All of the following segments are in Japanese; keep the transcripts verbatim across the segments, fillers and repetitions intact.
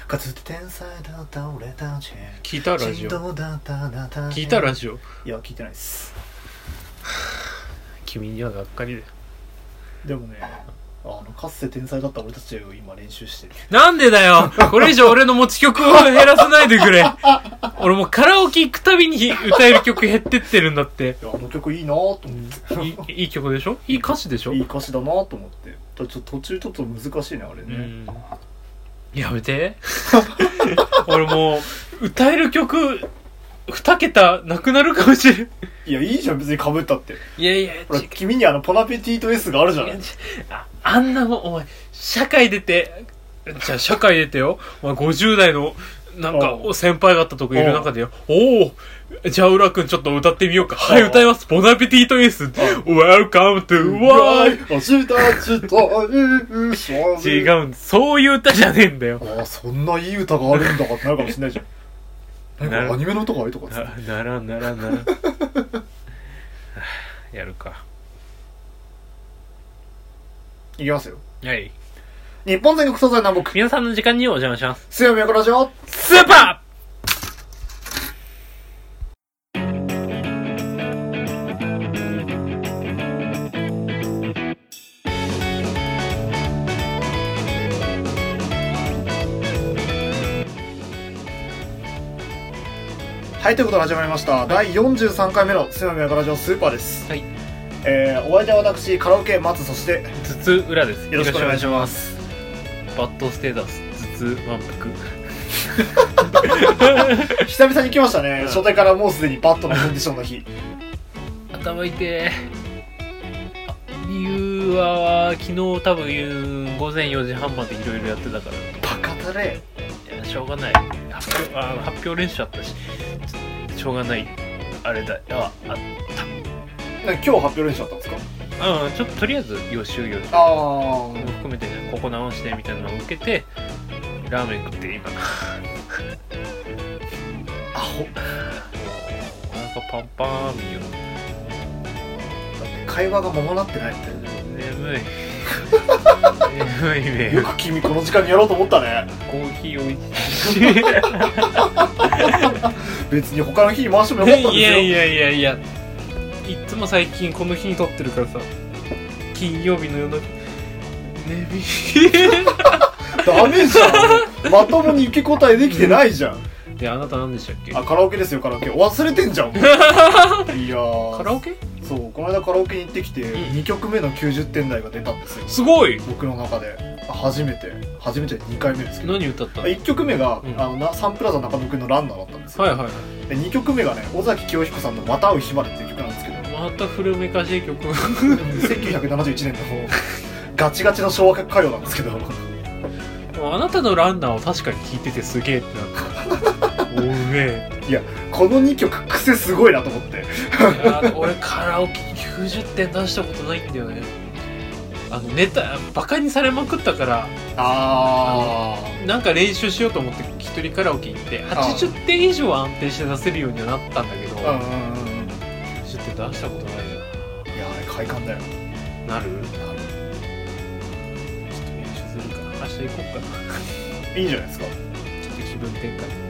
かつて天才だった俺たち聞いたラジオ聞いたラジオいや聞いてないです。 君にはがっかりだよ。 でもね、あのかつて天才だった俺たちを今練習してる。 なんでだよ。これ以上俺の持ち曲を減らさないでくれ。俺もうカラオケ行くたびに歌える曲減ってってるんだって。 いやあの曲いいなと思っていい, いい曲でしょ。いい歌詞でしょ。 いい歌詞だなと思って。ちょっと途中ちょっと難しいねあれね。うんやめて。俺もう歌える曲二桁なくなるかもしれん。 いやいいじゃん別に被ったって。 いやいやほら君にあのポナペティート S があるじゃない。 あ, あんなもんお前社会出てじゃあ社会出てよお前ごじゅう代のなんか先輩方とかいる中でよおおじゃあ浦くんちょっと歌ってみようか。はい歌います。ポナペティート S Welcome to Why 違うんそういう歌じゃねえんだよ。 ああそんないい歌があるんだかってなるかもしれないじゃん。なんかアニメの歌があるとかな, ならんならんならんやるか。 いきますよ。 はい日本全国東西南北皆さんの時間にお邪魔します。 水曜日のラジオスーパーはいということで始まりました、はい、だいよんじゅうさんかいめの水曜日のラジオスーパーです。 はいえー、お相手は私カラオケ松そして頭痛裏です。 よろしくお願いします。 バッドステータス頭痛満腹久々に来ましたね、うん、初手からもうすでにバッドのコンディションの日。 頭痛い。理由は昨日多分ごぜんよじはんまでいろいろやってたから。 バカだね。 いやしょうがない。発表、あ、発表練習あったししょうがない。あれだああった今日発表練習あったんですか。 うん、ちょっととりあえず予習予習あも含めて、ね、ここ直してみたいなのを受けてラーメン食って今アホお腹パンパンよ。 だって会話がままなってないって眠い眠いね。 よく君この時間にやろうと思ったね。 コーヒーおいしい別に他の日に回してもよかったんですよ。 いやいやいやいやいつも最近この日に撮ってるからさ金曜日の夜の眠いダメじゃんまともに受け答えできてないじゃん。 であなた何でしたっけ。 あカラオケですよカラオケ。忘れてんじゃんいやーカラオケ。 そうこの間カラオケに行ってきて、うん、にきょくめのきゅうじゅってん台が出たんですよ。 すごい。 僕の中で初めて初めてにかいめですけど。 何歌ったの。 いっきょくめが、うん、あのなサンプラザ中野くんのランナーだったんですよ。 はいはいはい。 でにきょくめがね尾崎清彦さんのまた会う日までっていう曲なんですけど。 また古めかしい曲せんきゅうひゃくななじゅういちねんのガチガチの昭和歌謡なんですけどあなたのランナーを確かに聴いててすげえってなったおめえ。 いやこのにきょく癖すごいなと思って。 いや俺カラオケきゅうじゅってん出したことないんだよね。あのネタバカにされまくったからああなんか練習しようと思って一人カラオケ行ってはちじゅってん以上は安定して出せるようにはなったんだけどきゅうじゅってん出したことないじゃん。いやあれ快感だよ。 なるなる。ちょっと練習するから明日行こうかな。 いいんじゃないですか。 ちょっと気分転換。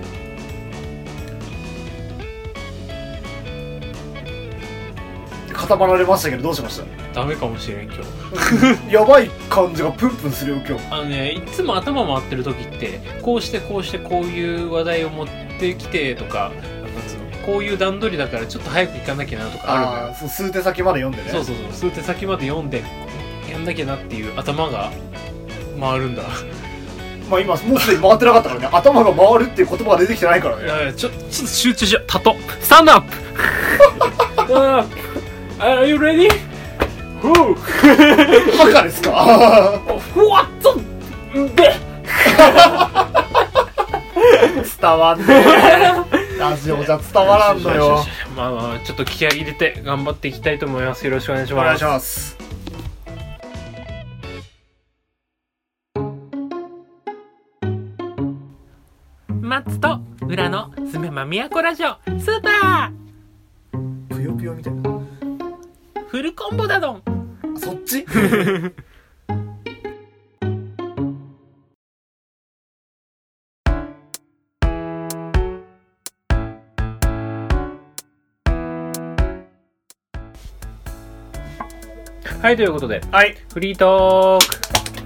固まられましたけどどうしました。 ダメかもしれん今日やばい感じがプンプンするよ今日。 あのねいつも頭回ってる時ってこうしてこうしてこういう話題を持ってきてとかこういう段取りだからちょっと早く行かなきゃなとかあるのよ。 あそう数手先まで読んでね。 そうそうそう数手先まで読んでやんなきゃなっていう頭が回るんだ。 まあ今もうすでに回ってなかったからね頭が回るっていう言葉が出てきてないからね。 いやいやちょちょっと集中しよう。タトスタンドアップAre you ready? バカですか What the 伝わんねえラジオじゃ伝わらんのよ。 まあまあちょっと気合い入れて頑張っていきたいと思います。よろしくお願いします。 お願いします。 マッツと裏のすめまみやこラジオスーパーぷよぷよみたいなフルコンボだどん。 そっちはい、ということで、 はい。 フリートー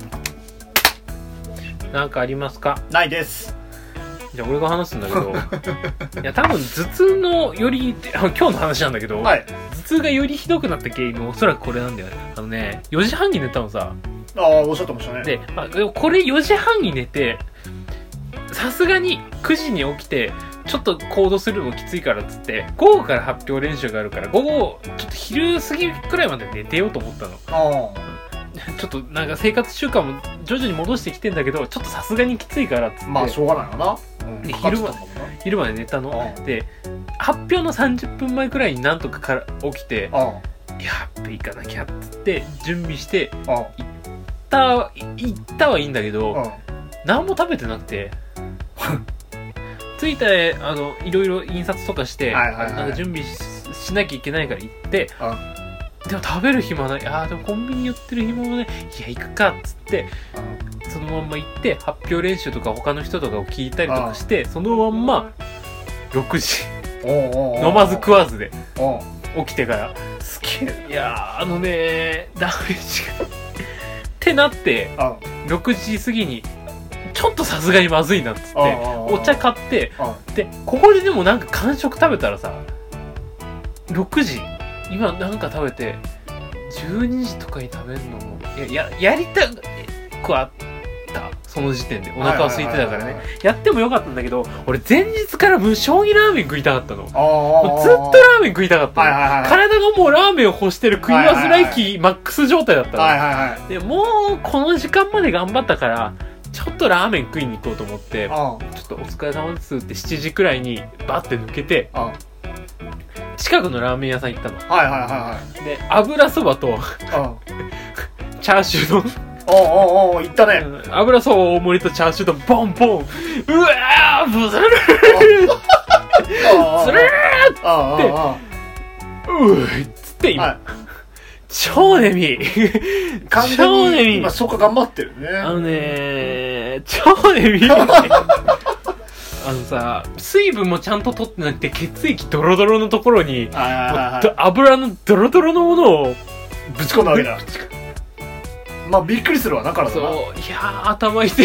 ク。なんかありますか？ ないです。 じゃあ俺が話すんだけど、いや多分頭痛のより、今日の話なんだけど、 はい、 頭痛がよりひどくなった原因もおそらくこれなんだよね。あのね、よじはんに寝たのさ。 ああ、おっしゃってましたね。 で、まあ、これよじはんに寝て、さすがにくじに起きて、ちょっと行動するのもきついからっつって、午後から発表練習があるから、午後、ちょっと昼過ぎくらいまで寝てようと思ったの。 ああ。 ちょっとなんか生活習慣も徐々に戻してきてんだけど、ちょっとさすがにきついからっつって。 まあしょうがないよな。うん、 で昼ま昼まで寝たの。で発表のさんじゅっぷんまえくらいになんとかから起きて、やっべ行かなきゃっつって準備して行った行ったはいいんだけど、何も食べてなくて着いてあのいろいろ印刷とかして、はいはいはい、なんか準備 し, しなきゃいけないから行って。でも食べる暇ない。ああでもコンビニ寄ってる暇もね、いや行くかっつってそのまんま行って発表練習とか他の人とかを聞いたりとかして、そのまんまろくじ飲まず食わずで起きてからすげえ、いやあのねダメージがってなってろくじ過ぎにちょっとさすがにまずいなっつってお茶買って、でここででもなんか間食食べたらさろくじ今なんか食べてじゅうにじとかに食べるのもいや や, やりたくあったその時点でお腹は空いてたからね、やってもよかったんだけど、俺前日から無性にラーメン食いたかったの。もうずっとラーメン食いたかったの、はいはいはい、体がもうラーメンを欲してる食い忘れ期マックス状態だったの、はいはいはい、でもうこの時間まで頑張ったからちょっとラーメン食いに行こうと思って、ちょっとお疲れ様ですってしちじくらいにバッて抜けて近くのラーメン屋さん行ったの。 はいはいはいはい。 で、油そばとチャーシュー丼。 おうおうおう、行ったね。 油そば大盛りとチャーシュー丼、ボンボン。うわー、ブズルルルルルズルルーって、うーっつって今、はい、超眠い。超眠い。 今、消化頑張ってるね。 あのねー、超眠い。あのさ、水分もちゃんと取ってなくて血液ドロドロのところに油のドロドロのものをぶち込んだわけだ。まあびっくりするわな、からそう、いやー頭痛い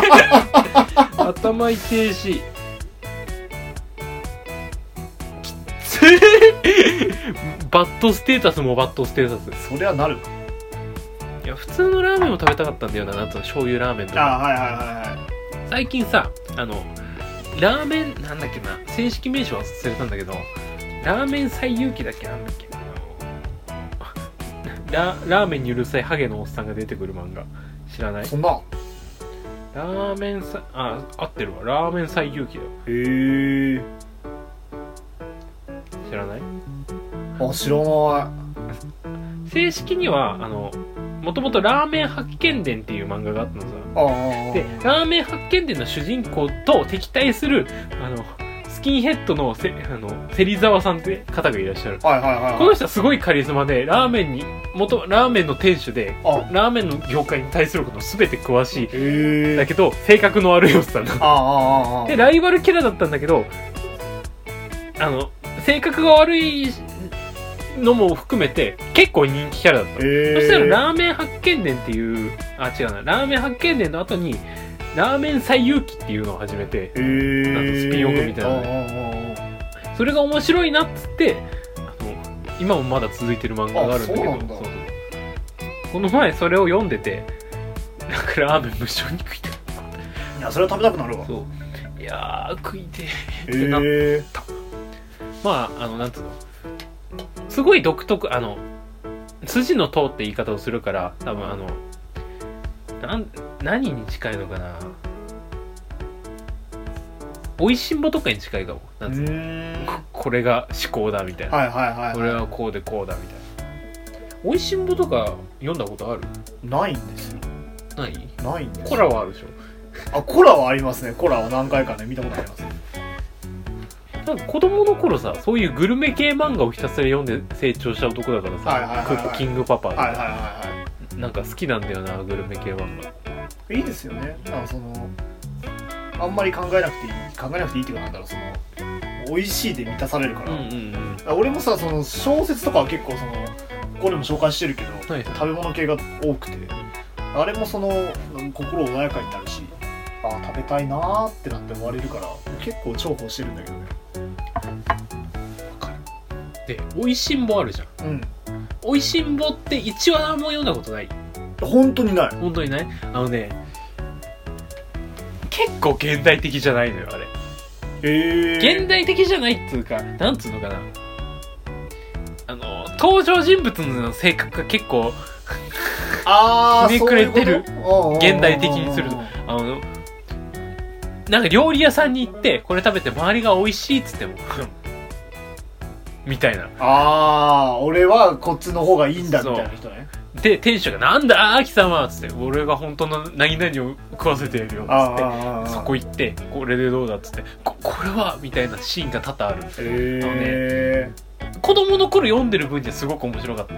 頭痛いしきついバッドステータスもバッドステータス。 そりゃなる。 いや普通のラーメンを食べたかったんだよな、夏の醤油ラーメンとか。 あ、はいはいはいはい。最近さ、あのラーメンなんだっけな、正式名称忘れたんだけど、ラーメン最遊記だっけ、なんだっけラ, ラーメンにうるさいハゲのおっさんが出てくる漫画知らない？ そんなラーメンさあ合ってるわ、ラーメン最遊記だよ。 へー、 知らない？ あ、知らない。 正式にはあのもともとラーメン発見伝っていう漫画があったのさ。でラーメン発見伝の主人公と敵対するあのスキンヘッドのせあの芹沢さんって方がいらっしゃる、はいはいはいはい、この人はすごいカリスマでラーメンに元ラーメンの店主でラーメンの業界に対すること全て詳しいだけど性格の悪いおっさんなの。でライバルキャラだったんだけど、あの性格が悪いのも含めて結構人気キャラだった。そしたらラーメン発見伝っていうあ違うなラーメン発見伝の後にラーメン最遊記っていうのを始めて、なんかスピンオフみたいなので、それが面白いなっつってあの今もまだ続いてる漫画があるんだけど、そうそうそうこの前それを読んでてなんかラーメン無性に食いたい。 いやそれは食べたくなるわ。 そういやー食いてーってなった、えー、まああのなんつうのすごい独特、あの筋の通って言い方をするから多分あのなん何に近いのかな、おいしんぼとかに近いかも。なんつうの こ, これが思考だみたいな、はいはいはいはい、これはこうでこうだみたいな。おいしんぼとか読んだことある？ ないんですよ。 ないないんです。 コラはあるでしょ。 あ、コラはありますね。コラは何回かね見たことありますね。 なんか子供の頃さ、そういうグルメ系漫画をひたすら読んで成長した男だからさ、はいはいはいはい、クッキングパパとか、はいはいはいはい、なんか好きなんだよなグルメ系漫画。 いいですよね。なんかそのあんまり考えなくていい考えなくていいっていうか、なんだろう、その美味しいで満たされるから、うんうんうん、俺もさその小説とかは結構そのこでも紹介してるけど、 はい、 食べ物系が多くて、あれもその心穏やかになるし、ああ食べたいなーってなって終われるから結構重宝してるんだけどね。 わかる。で美味しんぼあるじゃん。 うん。 美味しんぼっていちわも読んだことない？ 本当にない。 本当にない。あのね、結構現代的じゃないのよあれ。 へー。 現代的じゃないっつうか、なんつうのかな、あの登場人物の性格が結構あひねくれてる。 そういう現代的にすると、あのなんか料理屋さんに行ってこれ食べて周りが美味しいっつってもみたいな。 ああ俺はこっちの方がいいんだみたいな人ね。 で店主がなんだ貴様っつって、俺が本当の何々を食わせてやるよっつってそこ行ってこれでどうだっつって こ, これはみたいなシーンが多々ある。 へえー。 子供の頃読んでる分にはすごく面白かった。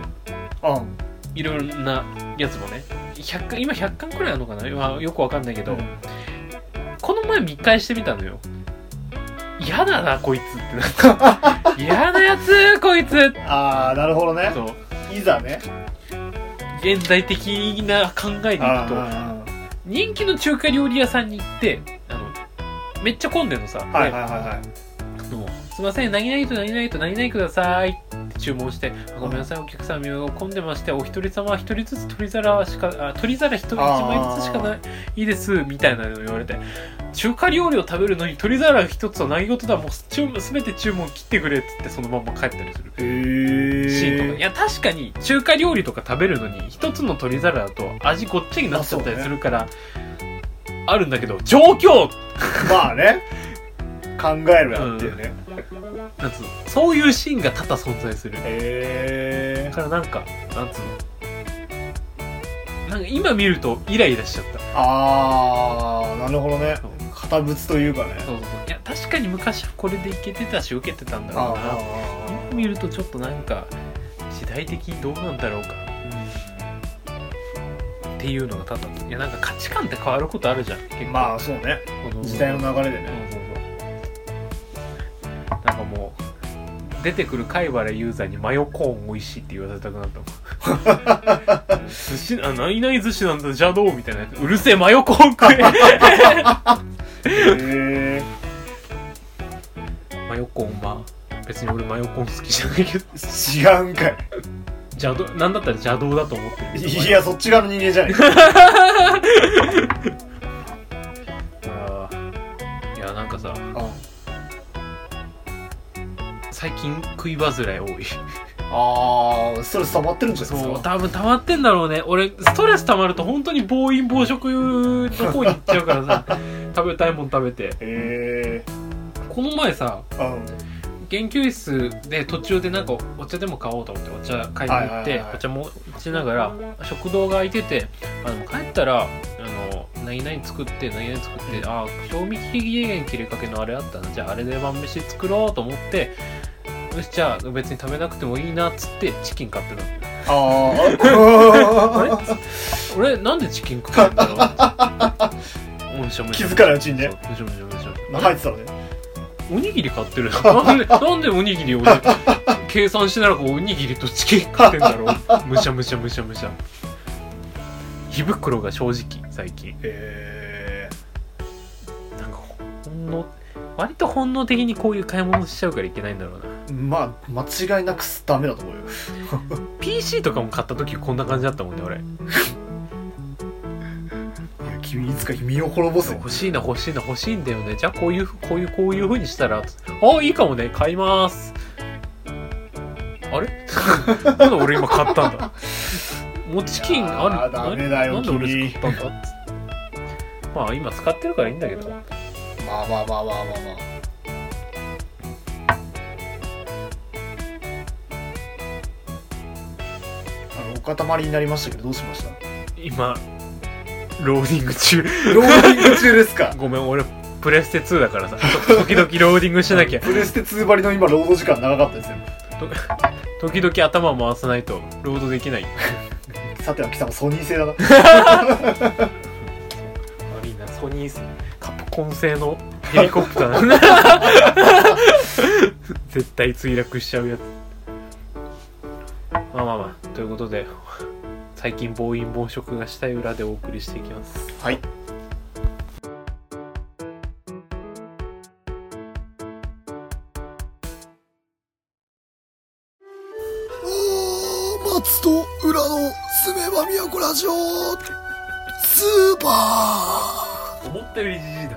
うん。 いろいろなやつもね、ひゃっかん今ひゃっかんくらいあるのかな、今よくわかんないけど、うん、この前見返してみたのよ。嫌だなこいつってなった嫌なやつこいつ。 ああなるほどね。 そういざね現代的な考えでいくと、人気の中華料理屋さんに行ってあのめっちゃ混んでるのさ。 はいはいはいはい。 もうすいません何々と何々と何々くださいって注文して、ごめんなさいお客さんが混んでまして、お一人様一人ずつ取り皿しかあ取り皿一人一枚ずつしかないいいですみたいなの言われて、中華料理を食べるのに取り皿一つは何事だ、もうすべて注文切ってくれっつってそのまま帰ったりするへーシーンとか。いや確かに中華料理とか食べるのに一つの取り皿だと味ごっちゃになっちゃったりするから、ね、あるんだけど状況まあね考えるなっていうね、 うん、なんつうのそういうシーンが多々存在する。 へだからなんかなんつうのなんか今見るとイライラしちゃった。 あーなるほどね。堅物というかね。 そうそうそう。いや確かに昔はこれでいけてたし受けてたんだろうな。今見るとちょっとなんか時代的にどうなんだろうか、うん、っていうのが多々。いやなんか価値観って変わることあるじゃん結構。 まあそうね、時代の流れでね。 そうそうそう。なんかもう出てくる貝原ユーザーにマヨコーン美味しいって言わせたくなったもん寿司あ何々寿司なんだ邪道みたいなやつ、うるせえマヨコーン食えへマヨコーン、まあ別に俺マヨコーン好きじゃないけど違うんかい。 邪道なんだったら邪道だと思ってる。 いやそっち側の人間じゃないあいやなんかさ、 あ最近食い煩い多いあーストレス溜まってるんじゃないですか。 そう多分溜まってんだろうね。俺ストレス溜まると本当に暴飲暴食の方に行っちゃうからさ食べたいもん食べて。 へーこの前さ、うん、研究室で途中でなんかお茶でも買おうと思ってお茶買いに行って、お茶も打ちながら食堂が空いてて、あの帰ったらあの何々作って何々作って、ああ賞味期限切れかけのあれあったな、じゃああれで晩飯作ろうと思って、よしじゃあ別に食べなくてもいいなっつってチキン買ってた。 ああれ俺なんでチキン食うんだろうむしゃむしゃ気づかないうちにね。 むしゃむしゃむしゃ入ってたのね。 おにぎり買ってるなんでなんでおにぎりを計算しながらおにぎりとチキン食ってんだろうむしゃむしゃむしゃむしゃ。胃袋が正直最近へーなんかほんの割と本能的にこういう買い物しちゃうからいけないんだろうな。 まあ間違いなくダメだと思うよピーシー とかも買った時こんな感じだったもんね俺。いや君いつか身を滅ぼす。 欲しいな欲しいな欲しいんだよね。じゃあこういうこういうこういう風にしたらあいいかもね買いまーす。あれなんで俺今買ったんだもうチキンある。 あダメだよなんで俺使ったんだっつってまあ今使ってるからいいんだけど。 まあまあまあまあまあまああのお塊になりましたけどどうしました。 今ローディング中ローディング中ですかごめん俺プレステツーだからさ時々ローディングしなきゃプレステツー張りの今ロード時間長かったですよ時々頭を回さないとロードできないさては貴様ソニー製だな悪いなソニーカプコン製のヘリコプター絶対墜落しちゃうやつ。まあまあまあということで最近暴飲暴食がしたい裏でお送りしていきます。 はい。 松と裏のすめば都ラジオスーパー思ったよりじじいだ。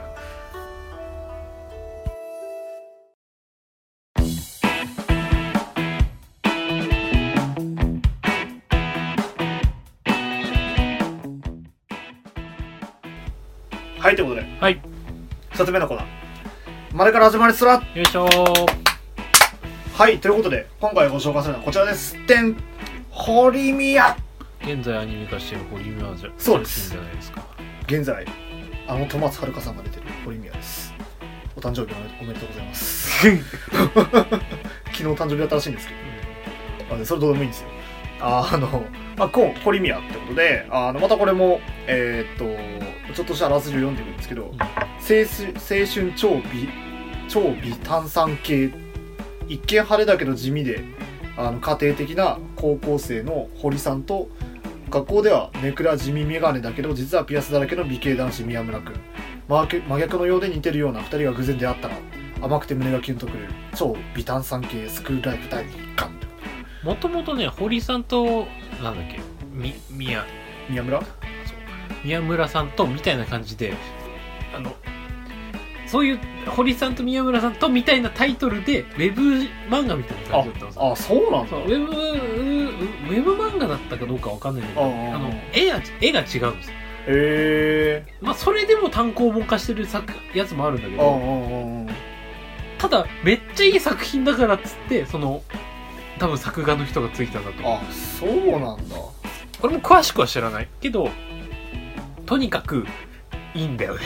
はい、ということで、 はい、 一つ目のコーナー、までから始まりすら。 よいしょー。 はい、ということで今回ご紹介するのはこちらです。てん、堀宮。 現在アニメ化している堀宮じゃ、 そうですじゃないですか。 現在あの戸松遥さんが出てる堀宮です。お誕生日おめでとうございます昨日誕生日だったらしいんですけど、うん、それどうでもいいんですよ。ああの、まあ、今堀宮ってことで、あのまたこれもえー、っとちょっとしたあらすじを読んでいくんですけど、うん、青春青春超美超美炭酸系、一見派手だけど地味であの家庭的な高校生の堀さんと、学校ではネクラ地味メガネだけど実はピアスだらけの美形男子宮村くん、真逆のようで似てるようなふたりが偶然出会ったら甘くて胸がキュンとくる超美炭酸系スクールライフ第一巻。 もともとね、堀さんとなんだっけ、み宮宮村そう宮村さんとみたいな感じで、あのそういう堀さんと宮村さんとみたいなタイトルでウェブ漫画みたいな感じだったんですよ。 ああ、そうなんだ。 そうウェブウェブ漫画だったかどうかわかんないんだけど、あの絵が絵が違うんですよ。 へえ。 まあそれでも単行本化してる作やつもあるんだけど、ただめっちゃいい作品だからっつってその多分作画の人がついたんだと思う。 あ、そうなんだ。 これも詳しくは知らないけど、とにかくいいんだよね。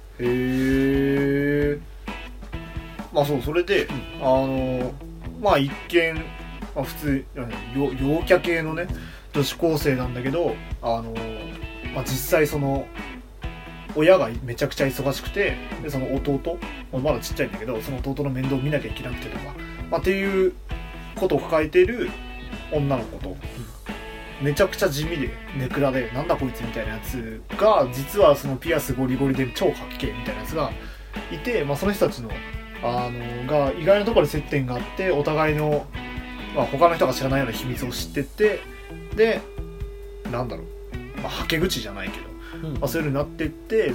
へえ。まあそう、それで、うん、あのまあ一見、まあ、普通陽キャ系のね女子高生なんだけど、あのまあ、実際その親がめちゃくちゃ忙しくて、でその弟、まだちっちゃいんだけどその弟の面倒を見なきゃいけなくてとか、まあ、っていうことを抱えている女の子と、うん、めちゃくちゃ地味でネクラでなんだこいつみたいなやつが、実はそのピアスゴリゴリで超かっけえみたいなやつがいて、まあ、その人たちのあのが意外なところで接点があって、お互いの、まあ、他の人が知らないような秘密を知ってって、でなんだろう、まあ、はけ口じゃないけど、うんまあ、そういう風になっていって、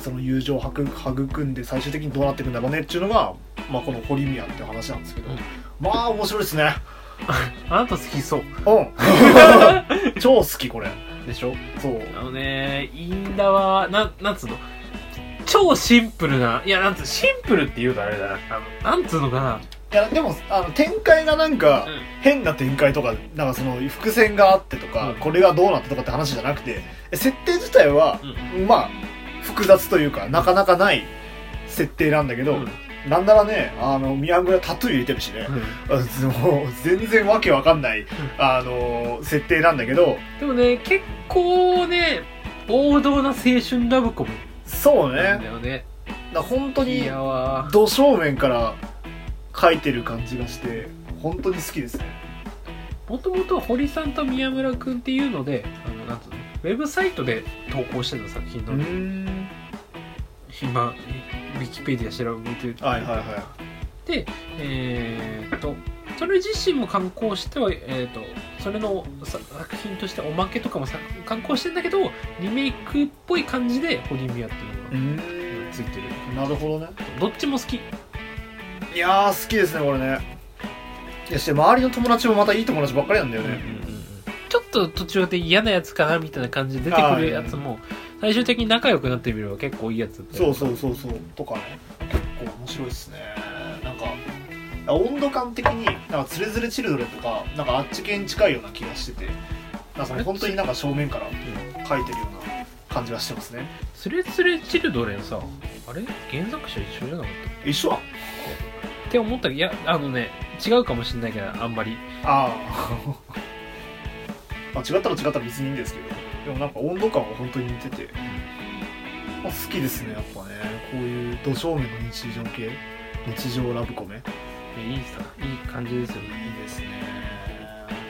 その友情を育んで最終的にどうなっていくんだろうねっていうのが、まあ、この堀宮っていう話なんですけど、うん、まあ面白いですね。 あなた好きそう。 うん超好きこれでしょ。 そう、 あのね、いいんだわ。な、なんつうの、超シンプルな、いや、なんつう、シンプルって言うとあれだな、あのなんつうのかな、 いやでもあの展開がなんか、うん、変な展開とか、なんかその伏線があってとか、うん、これがどうなってとかって話じゃなくて、設定自体は、うん、まあ複雑というかなかなかない設定なんだけど、うん、なんならね、あの宮村タトゥー入れてるしね、うん、もう全然わけわかんない、うん、あの設定なんだけど、 でもね結構ね王道な青春ラブコメ。 そうね。 なんだよね。 だ本当にど正面から描いてる感じがして本当に好きですね。 もともと堀さんと宮村くんっていうので、あのなんつうの、ウェブサイトで投稿してた作品なので、うーん、今ウィキペディア調べてる。 はいはいはい。 で、えー、っとそれ自身も刊行しては、えー、っとそれの作品としておまけとかも刊行してんだけど、リメイクっぽい感じで堀宮っていうのがついてる。 なるほどね。 どっちも好き。 いやー好きですねこれね。いやして周りの友達もまたいい友達ばっかりなんだよね、うんうんうん、 ちょっと途中で嫌なやつかなみたいな感じで出てくるやつも最終的に仲良くなってみれば結構いいやつって。 そうそうそうそうとかね、結構面白いですね。なんか温度感的になんかつれづれチルドレンとかなんかあっち系に近いような気がしてて、なんか本当になんか正面から描いてるような感じがしてますね。 つれつれチルドレンさ、あれ原作者一緒じゃなかった？ 一緒だって思ったら、いやあのね違うかもしれないけどあんまり。 ああまあ違ったら違ったら別にいいんですけど、でもなんか温度感は本当に似てて、まあ、好きですねやっぱね。こういうど正面の日常系、日常ラブコメいいさ、いい感じですよね。 いいですね。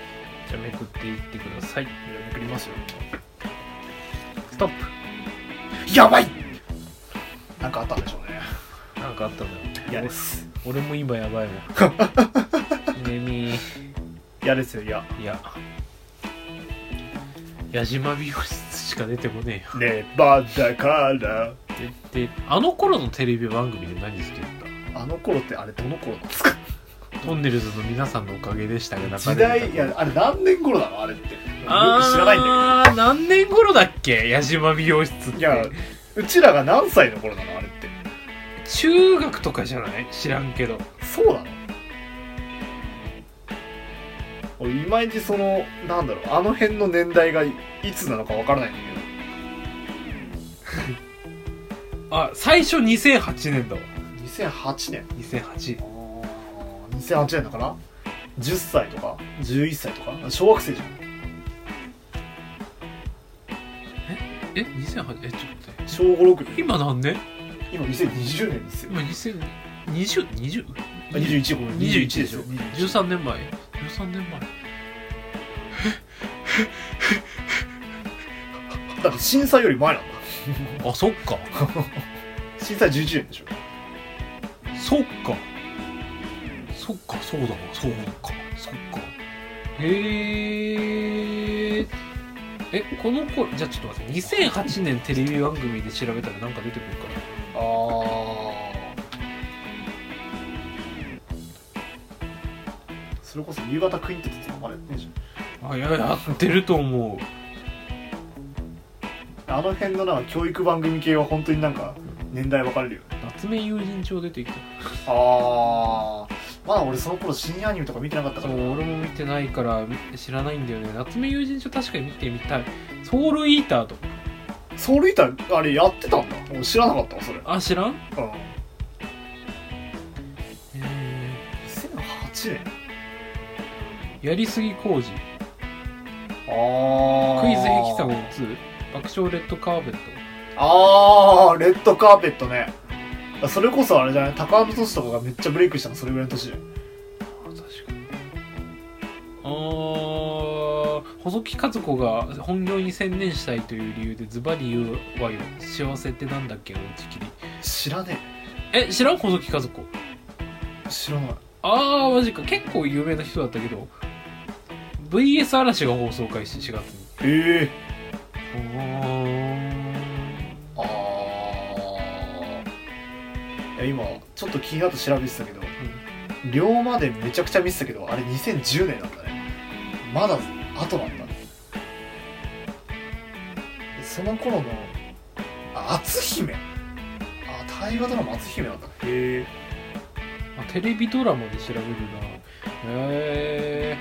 じゃあめくっていってください。 じゃあめくりますよ。 ストップ。 やばい。なんかあったんでしょうね。 なんかあったんだよ。 嫌です。 俺も今やばいもん。眠い。 嫌ですよ、嫌。 いや。矢島美容室しか出てこねえよ。 ねばだからで、で、あの頃のテレビ番組で何好きだっあの頃ってあれどの頃なんですか？ た？トンネルズの皆さんのおかげでしたが、 時代、いや、あれ何年頃なのあれって。よあく知らないんだあー、何年頃だっけ矢島美容室って。 けど。いや、うちらが何歳の頃なのあれって。 中学とかじゃない？知らんけど。 そうなの？俺いまいちそのなんだろう、あの辺の年代がいつなのかわからないんだけど。 あ、最初にせんはちねんだわ。 にせんはちねん。 にせんはち。 あーにせんはちねんだからじゅっさいとかじゅういっさいとか小学生じゃん。 え、にせんはち、え、ちょっと待って。 小ごろくで今何年？ 今にせんにじゅうねんですよ。 今にせんにじゅう、にじゅう？ あにじゅういちごめんにじゅういちでしょ。 にじゅういちじゅうさんねんまえ。じゅうさんねんまえ。 だって震災より前なんだ。 あ、そっか。 震災じゅういちねんでしょ。 そっか。そっか、そうだわ。そうか。そっか。へえ。え、この頃、じゃあちょっと待って。にせんはちねんテレビ番組で調べたらなんか出てくるかな。 あー。それこそ夕方クインテッツとかまだやってんじあ、いや、やってると思う。 ゃん。あの辺のなんか教育番組系は本当になんか年代分かれるよね。 夏目友人帳出てきた。 あー。まだ俺その頃深夜アニメとか見てなかったから。 そう、俺も見てないから知らないんだよね。夏目友人帳確かに見てみたい。ソウルイーターとか。 ソウルイーターあれやってたんだ。俺知らなかったわそれ。 あ、知らん？ うん。 えにせんはちねん。 ー、やりすぎ工事。 あー。 クイズヘキサゴンツー。爆笑レッドカーペット。 あー、レッドカーペットね。それこそあれじゃない、高野俊とかがめっちゃブレイクしたのそれぐらいの年じゃん。 あ、確かに。あー、細木数子が本業に専念したいという理由でズバリ言うわよ。幸せってなんだっけの打ち切り。 知らねえ、知らん？細木数子。 え。知らない。 あー、マジか。結構有名な人だったけど ブイエス 嵐が放送開始しがつに。 ええおー。 あー。いや今ちょっと気になって調べてたけど、うん、龍馬伝めちゃくちゃ見てたけどあれにせんじゅうねんなんだね。まだ後なんだ。その頃のあ篤姫、あ大河ドラマ篤姫なんだ。へえ。 あ、テレビドラマで調べるな。へ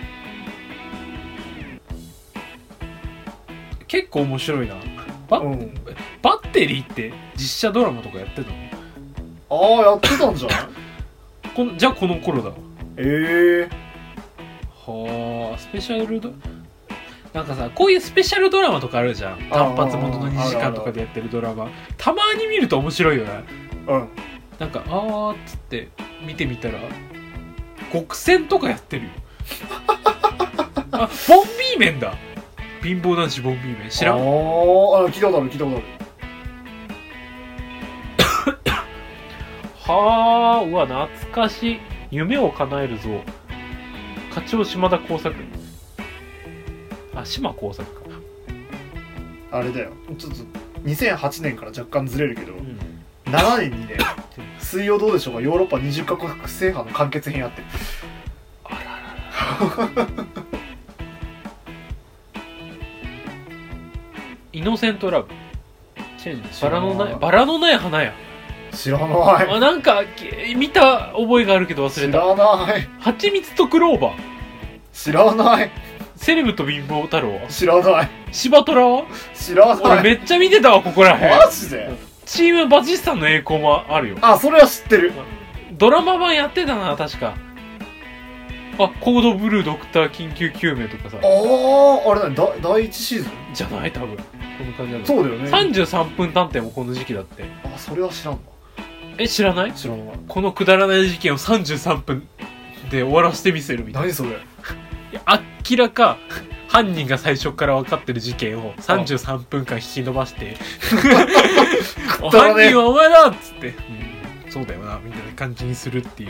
ー。結構面白いな。バ,、うん、バッテリーって実写ドラマとかやってたの？ ああ、やってたんじゃないこのじゃあこの頃だわ。 ええー、はあ、スペシャルドなんかさ、こういうスペシャルドラマとかあるじゃん。単発もののにじかんとかでやってるドラマ、たまに見ると面白いよね。 うん。 なんかあーっつって見てみたら極戦とかやってるよ。あ、ボンビーメンだ。貧乏男子ボンビーメン知らん？ああ、 聞いたことある聞いたことある。 はあ、うわ、懐かしい。夢を叶えるぞ。課長島田耕作。あ、島耕作か。 あれだよ。ちょっとにせんはちねんから若干ずれるけど、うん、ななねんにね、水曜どうでしょうかヨーロッパにじゅっカ国制覇の完結編やってる。 あららら。イノセントラブ。チェンジ。バラのないバラのない花や。 知らない。 あ、なんか見た覚えがあるけど忘れた。 知らない。 蜂蜜とクローバー。 知らない。 セレブと貧乏太郎は知らない。 柴虎は知らない。 俺めっちゃ見てたわここらへん。 マジで？ チームバチスタンの栄光もあるよ。 あ、それは知ってる。 ドラマ版やってたな確か。あ、コードブルードクター緊急救命とかさ。 ああ、あれ何だだいいちシーズンじゃない多分。この感じだ。 そうだよね。 さんじゅうさんぷん探偵もこの時期だって。 あ、それは知らんわ。 え、知らない？ 知らない。 このくだらない事件をさんじゅうさんぷんで終わらせてみせるみたいな。 何それ？いや、 明らか犯人が最初から分かってる事件をさんじゅうさんぷんかん引き伸ばして犯人はお前だっつって、うん、そうだよなみたいな感じにするっていう。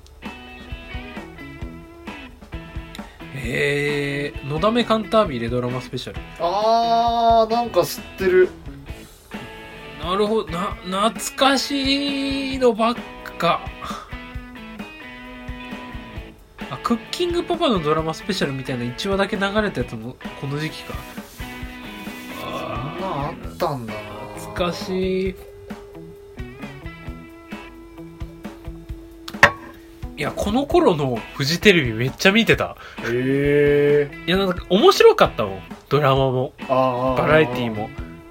えー、のだめカンタービレドラマスペシャル。 あーなんか知ってる。 なるほどな、懐かしいのばっか。あ、クッキングパパのドラマスペシャルみたいないちわだけ流れたやつもこの時期か。 あそんなあったんだな。 懐かしい。いやこの頃のフジテレビめっちゃ見てた。 へえ。 いやなんか面白かったもん、ドラマもあバラエティも。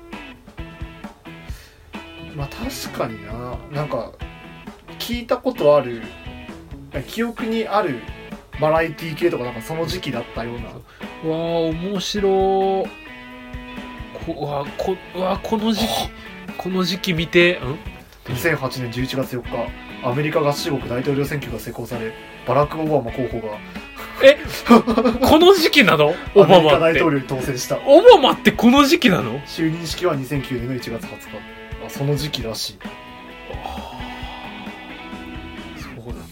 まあ確かにな、なんか聞いたことある、記憶にあるバラエティ系とかなんかその時期だったような。 うわー面白こうわこうわこの時期この時期見てんにせんはちねんじゅういちがつよっか、アメリカ合衆国大統領選挙が施行され、バラク・オバマ候補がえこの時期なの？オバマってアメリカ大統領に当選した。 オバマってこの時期なの？ 就任式はにせんきゅうねんのいちがつはつか。あ、その時期らしい。 そうなんだ。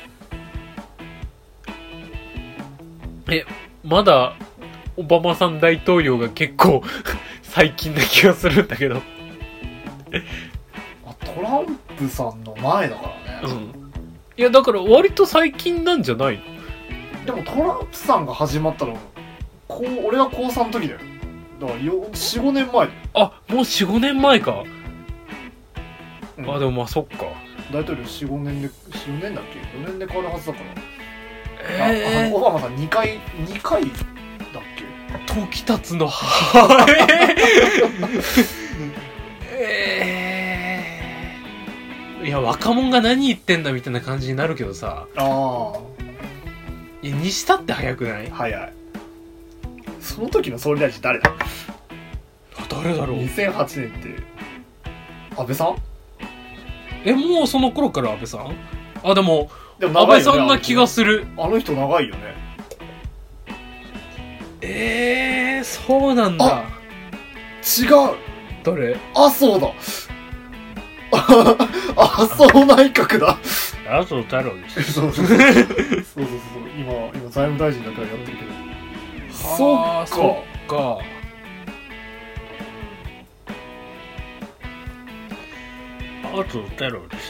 え、まだオバマさん大統領が結構最近な気がするんだけど。 あ、トランプさんの前だからね。 うん。いやだから割と最近なんじゃないの？ でもトランプさんが始まったのこう俺が高さんの時だよ。だからよよん、ごねんまえだよ。 あ、もうよん、ごねんまえか。 うん、 あ、でもまあそっか。 大統領よん、ごねんでよねんだっけ、よねんで変わるはずだから。 えー、 ああオバマさんにかいにかいだっけ。 時経つのえー、いや若者が何言ってんだみたいな感じになるけどさ。 ああ、 いやにしたって早くない？ 早い。その時の総理大臣誰だ？ 誰だろう。 にせんはちねんって安倍さん？ え、もうその頃から安倍さん？あ、でもでも長いよね、 安倍さんな気がする。 あの人長いよね。 えー、そうなんだ。 違う。 誰？ 麻生だ。麻生内閣だ。 麻生太郎です。 そうそうそうそうそうそう。今今財務大臣だからやってるけど。そっか。 そっか。麻生太郎です。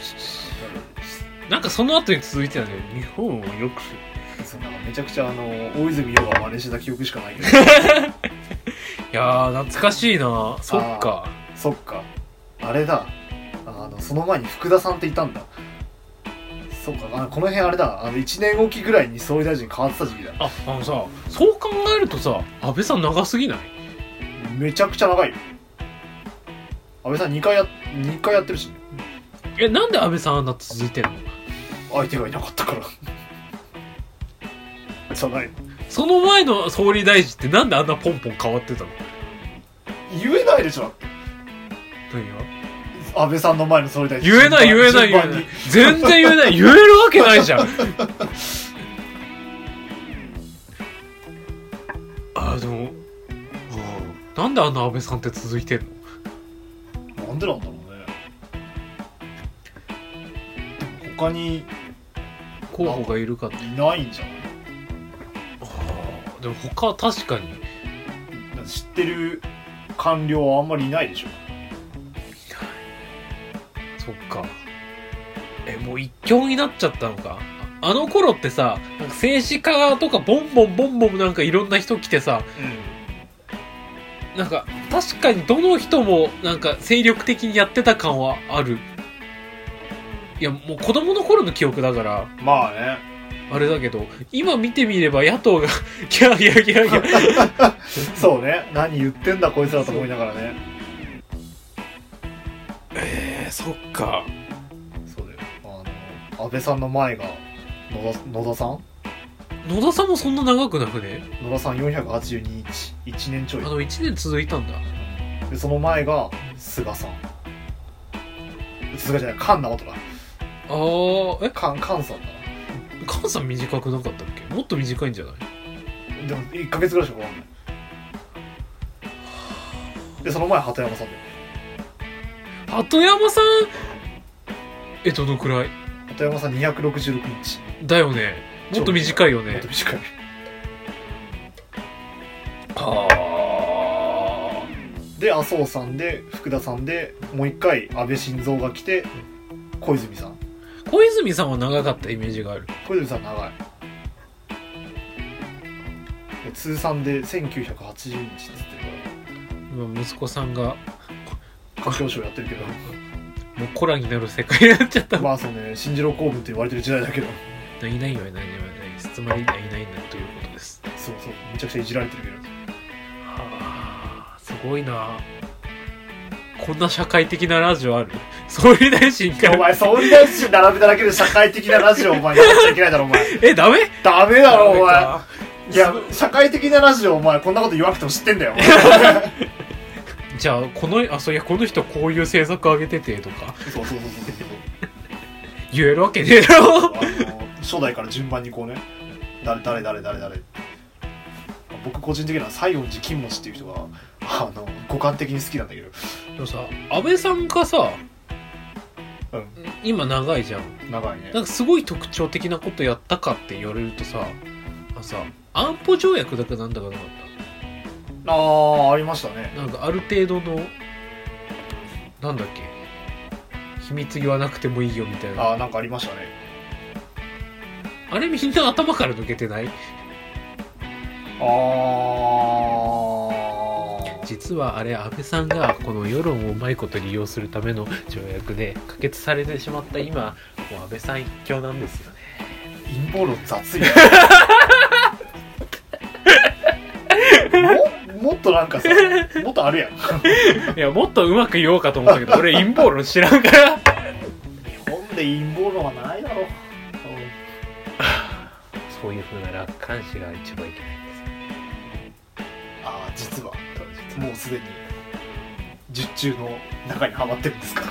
なんかその後に続いてたね。日本を良くする。 そうなんかめちゃくちゃあの大泉洋が真似した記憶しかないけど。 いやー懐かしいな。そっか。 そっか。あれだ。あのその前に福田さんっていたんだ。そっか。あのこの辺あれだ。あのいちねんおきぐらいに総理大臣変わってた時期だ。 あ、あのさ、そう考えるとさ、安倍さん長すぎない？ めちゃくちゃ長いよ。安倍さんにかいやにかいやってるし。 え、なんで安倍さんあんな続いてんの？ 相手がいなかったから。じゃない。 その前の総理大臣ってなんであんなポンポン変わってたの？ 言えないでしょ。 何が？ 安倍さんの前の総理大臣。 言えない言えない言えない。全然言えない。言えるわけないじゃん。あ、でも、なんであんな安倍さんって続いてんの？ なんでなんだろうね。他に候補がいるかって。 いないんじゃない？ でも他は確かに知ってる官僚はあんまりいないでしょ。 そっか。え、もう一強になっちゃったのか。あの頃ってさ、なんか政治家とかボンボンボンボンなんかいろんな人来てさ、うん、なんか確かにどの人もなんか精力的にやってた感はある。いやもう子供の頃の記憶だからまあねあれだけど、今見てみれば野党がギャーギャーギャーギャーそうね、何言ってんだこいつらと思いながらね。 えー、そっか。 そうだよ。あの安倍さんの前が野田、野田さん野田さんもそんな長くなくね？ 野田さんよんひゃくはちじゅうににち、いちねんちょい。 あのいちねん続いたんだ。 でその前が菅さん。菅じゃない、菅直人だ。 あー、え菅菅さんだな。 菅さん短くなかったっけ？もっと短いんじゃない？ でもいっかげつぐらいしかわかんないで、その前鳩山さんで鳩山さんえどのくらい鳩山さんにひゃくろくじゅうろくにちだよね。もっと短いよね。 もっと短いはあで、麻生さんで福田さんでもう一回安倍晋三が来て小泉さん。 小泉さんは長かったイメージがある。 小泉さん長い。通算でせんきゅうひゃくはちじゅうにちって言ってるから今息子さんが環境省やってるけどもうコラになる世界になっちゃったまあそうね、新次郎公文と言われてる時代だけどいないよいないよいないです。つまりいないんだということです。 そうそう、めちゃくちゃいじられてるけど。 はあ、すごいな。こんな社会的なラジオある？総理大臣かお前総理大臣並べただけで社会的なラジオお前やっちゃいけないだろお前え、ダメ？ ダメだろお前。いや、社会的なラジオお前こんなこと言わなくても知ってんだよじゃあこのあそういやこの人こういう政策上げててとかそうそうそうそう言えるわけねえだろあの初代から順番にこうね、誰誰誰誰誰僕個人的には西園寺金持ちっていう人があの五感的に好きなんだけど。 でもさ、安倍さんがさ、 うん、 今長いじゃん。 長いね。 なんかすごい特徴的なことやったかって言われるとさ、あさ安保条約だかなんだかなかった。 あー、ありましたね。 なんかある程度のなんだっけ、秘密言わなくてもいいよみたいな。 あー、なんかありましたね。 あれみんな頭から抜けてない？ あー、 実はあれ安倍さんがこの世論をうまいこと利用するための条約で可決されてしまった今、もう安倍さん一強なんですよね。 陰謀論雑いも, もっとなんかさ、もっとあるやんいや、もっとうまく言おうかと思ったけど俺陰謀論知らんから日本で陰謀論はないだろう。 そういう風な楽観視が一番いけないんですよ。 ああ、実はもうすでに術中の中にはまってるんですか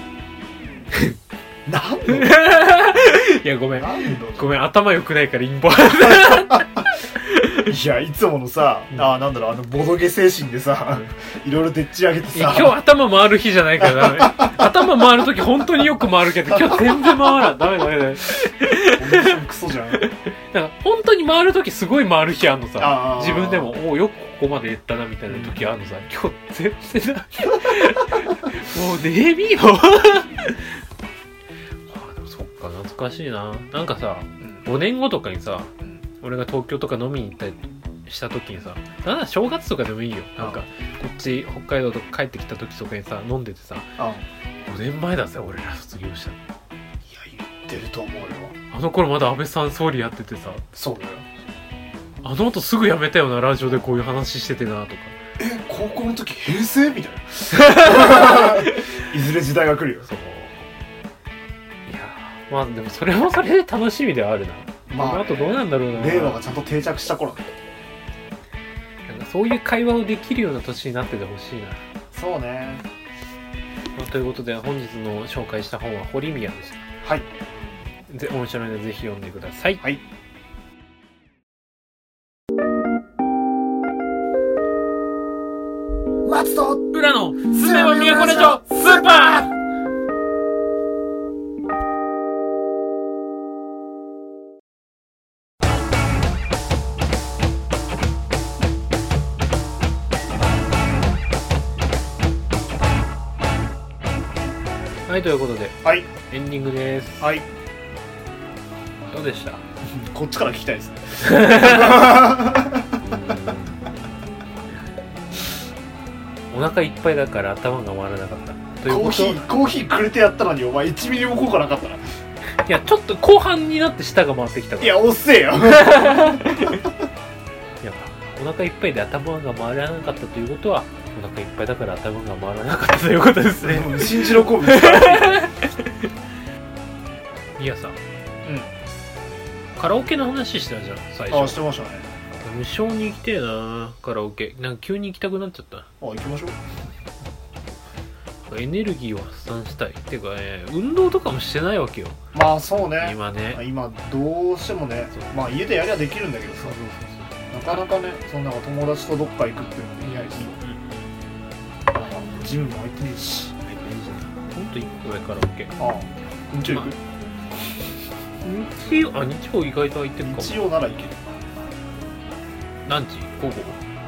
なんでいやごめんなんごめん、頭良くないから陰謀いや、いつものさ、うん、ああ、なんだろう、あのボドゲ精神でさ、うん、いろいろでっち上げてさ、 今日頭回る日じゃないからダメ頭回るとき本当によく回るけど今日全然回らん。ダメダメダメクソじゃん。 だから本当に回るときすごい回る日あんのさ。自分でもおよくここまで言ったなみたいなときあんのさ、うん、今日全然だもうねえみよそっか、懐かしいな。なんかさ、うん、ごねんごとかにさ、うん、俺が東京とか飲みに行ったりした時にさ、なんだ正月とかでもいいよ、なんかこっち北海道とか帰ってきた時とかにさ飲んでてさ、ごねんまえだぜ俺ら卒業したの。いや言ってると思うよ。 あの頃まだ安倍さん総理やっててさ。 そうだよ。 あの後すぐ辞めたよな、ラジオでこういう話しててなとか。 え、高校の時平成みたいないずれ時代が来るよ。そう、 いやまあでもそれもそれで楽しみではあるな。まあ、この後どうなんだろうな。 令和がちゃんと定着した頃ね。 なんかそういう会話をできるような年になっててほしいな。 そうね。 まあ、ということで本日の紹介した本は堀宮でした。 はい。 で面白いのでぜひ読んでください。 はい。 松と浦野すめば都ラジオスーパー。はい、ということで、 はい、 エンディングです。 はい。 どうでした？ こっちから聞きたいですね。 お腹いっぱいだから頭が回らなかった。 ということコーヒーコーヒーくれてやったのにお前いちミリも効果なかったな。いやちょっと後半になって舌が回ってきたから。 いや遅えよ。いやお腹いっぱいで頭が回らなかったということはお腹いっぱいだから頭が回らなかったということですね。 信じろこう。 いやさ、 うん、 カラオケの話してたじゃん最初。 あ、してましたね。 無償に行きてえなカラオケ。なんか急に行きたくなっちゃった。あ、 行きましょう。エネルギーを発散したいっていうかね、運動とかもしてないわけよ。 まあそうね。 今ね。 今どうしてもね、まあ家でやりゃできるんだけどさ、 かなかね、そのなんか友達とどっか行くっていうのもできないし、うん、ジムも空いてねえし。 空いてねえじゃん。ほんといっこぐらいカラオケ。 ああ、日曜行く？ 日曜、あ、日曜意外と空いてるかも。 日曜なら行ける。 何時？午後？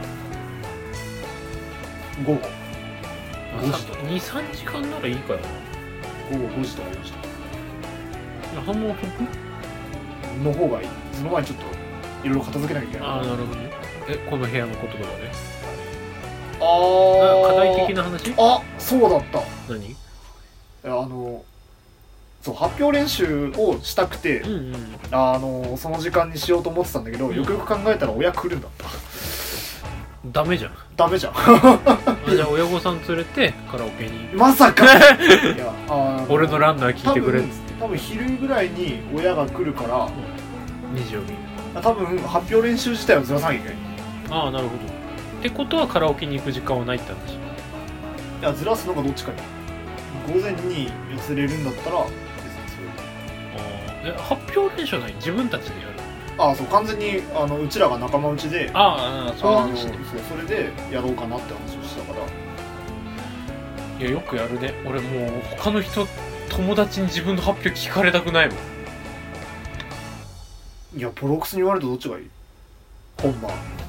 午後ごじとかに、さんじかんならいいかな。 午後ごじとかよじとか反応得の方がいい。その前にちょっといろいろ片付けなきゃいけない。 ああ、なるほどね。え、この部屋のこととかね。 ああ、 課題的な話？ あ、そうだった。 何？ あのそう発表練習をしたくて、 うんうん、 あのその時間にしようと思ってたんだけど、うん、よくよく考えたら親来るんだった。 ダメじゃん。 ダメじゃん。 あ、じゃあ親御さん連れてカラオケに。 まさか。いや、あ俺のランナー聞いてくれっつって。 多分昼ぐらいに親が来るから、 にじを見る。 多分発表練習自体をずらさなきゃいけない。ああ、なるほど。ってことはカラオケに行く時間はないって話。 いや、ずらすのがどっちかに。午前に寄せれるんだったら別にそれで。 ああ、え、発表練習はない？自分たちでやる？ ああ、そう、完全にあのうちらが仲間内で、 ああ、そういう話ね。 そう、それでやろうかなって話をしたから。 いや、よくやるね。俺もう他の人、友達に自分の発表聞かれたくないもん。 いや、ポロックスに言われるとどっちがいい？本番。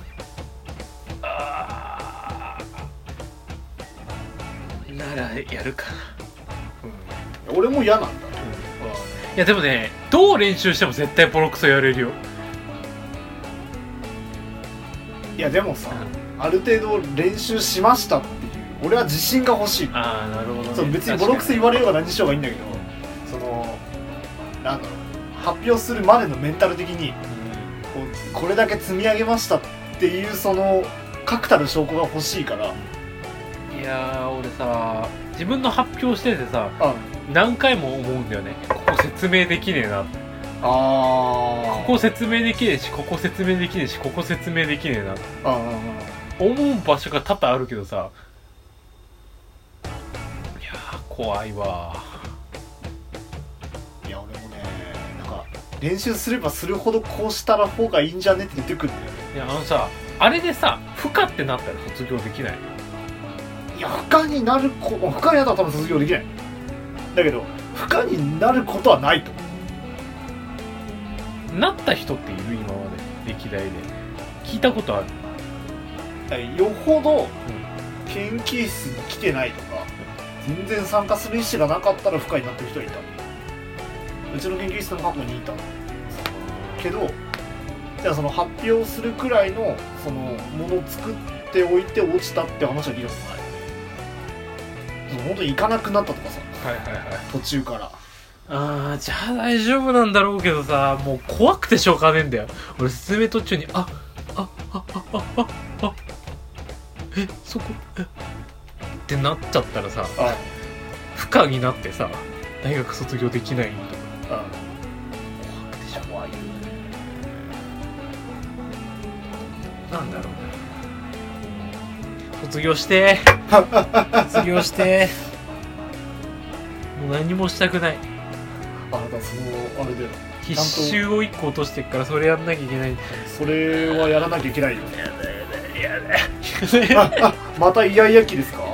ああ、ならやるかな。うん、俺も嫌なんだ。うん、 いやでもね、どう練習しても絶対ポロクソやれるよ。 いやでもさ、うん、ある程度練習しましたっていう俺は自信が欲しい。 ああ、なるほどね。 そう別にボロクソ言われようが何しようがいいんだけど、そのなんだろう、発表するまでのメンタル的に、うん、こ, これだけ積み上げましたっていうその確たる証拠が欲しいから。 いやー、俺さ、自分の発表しててさ、 ああ何回も思うんだよね。ここ説明できねえな。 あここ説明できねえし、ここ説明できねえし、ここ説明できねえな。 あ思う場所が多々あるけどさ、いやー怖いわ。 いや俺もね、なんか練習すればするほどこうしたら方がいいんじゃねって言ってくるんだよね。 いや、あのさ、あれでさ、不可ってなったら卒業できない。 いや、不可になるこ不可になったら多分卒業できない。だけど不可になることはないと思う。なった人っている？今まで歴代で聞いたことある？ よほど研究室に来てないとか、全然参加する意思がなかったら不可になってる人はいた。うちの研究室の過去にいたけど、じゃあその発表するくらいのそのものを作っておいて落ちたって話は聞いたことない。本当に行かなくなったとかさ、 はいはいはい、 途中から。 ああ、じゃあ大丈夫なんだろうけどさ、もう怖くてしょうがねえんだよ。俺説明途中にあああああああえそこえってなっちゃったらさ、あ不可になってさ大学卒業できないとか、あ怖くてしょうがないよね。なんだろうね。卒業して卒業してもう何もしたくない。 あなたそのあれだよ、 必修をいっこ落としてっからそれやんなきゃいけない。 それはやらなきゃいけないよ。 やだやだやだあまたイヤイヤ期ですか？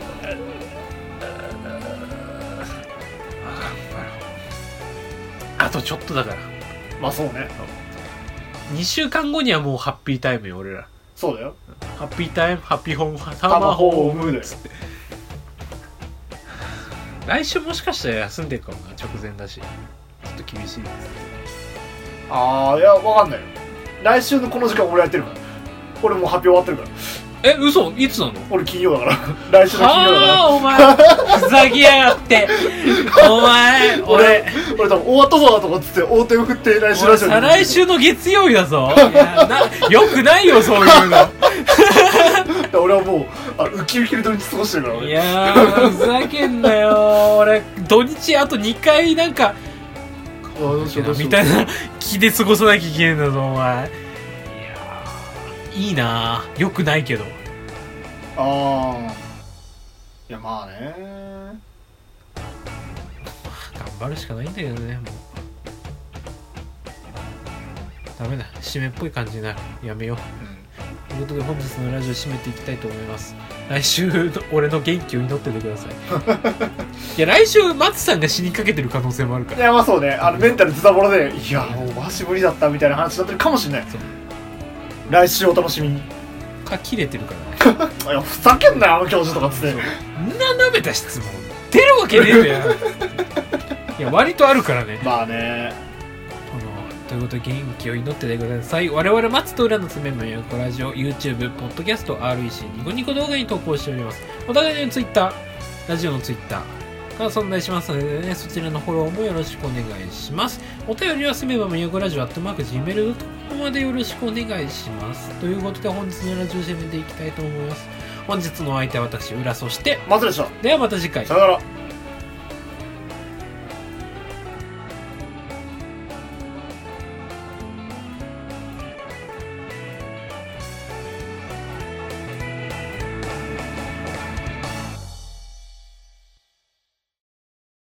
あとちょっとだから。 まあそうね。 にしゅうかんごにはもうハッピータイムよ俺ら。 そうだよ。 ハッピータイム、ハッピーホーム、タマホームっつって。来週もしかしたら休んでるかもな、直前だし。ちょっと厳しいです。 ああ、いや、わかんないよ。来週のこの時間俺やってるから。俺もう発表終わってるから。 え、嘘？いつなの？ 俺金曜だから。来週の金曜だから。 ああ、お前、ふざけやがって。お前、俺、 俺多分終わったぞとかっつって大手を振って来週ラジオ再来週の月曜日だぞ。いやなよくないよ、そういうの。 俺はもうあウキウキで土日過ごしてるから俺。 いやー、ふざけんなよ。俺、土日あとにかいなんか、みたいな気で過ごさなきゃいけないんだぞ、お前。いいなぁ。よくないけど。 ああ。いや、まあね。 頑張るしかないんだけどね、もう。 ダメだ、締めっぽい感じになる、やめよう、うん、ということで本日のラジオ締めていきたいと思います。来週の俺の元気を祈っててくださいいや来週松さんが死にかけてる可能性もあるから。 いやまあそうね、あのメンタルズタボロでいやもうマジ無理だったみたいな話になってるかもしれない。来週お楽しみに。 か切れてるからいやふざけんなよあの教授とかっつって。 んな舐めた質問出るわけねえんだよいや割とあるからね。 まあね、 ということで元気を祈っててください。我々松と浦の爪の横ラジオ YouTube、ポッドキャスト、アールイーシー、ニコニコ動画に投稿しております。お互いの Twitter、ラジオの Twitter が存在しますので、ね、そちらのフォローもよろしくお願いします。お便りはすめばみよこラジオアットマーク ジーメールドットコム までよろしくお願いします。ということで本日のラジオを締めていきたいと思います。本日のお相手は私浦、そして松でした。 ではまた次回、 さよなら。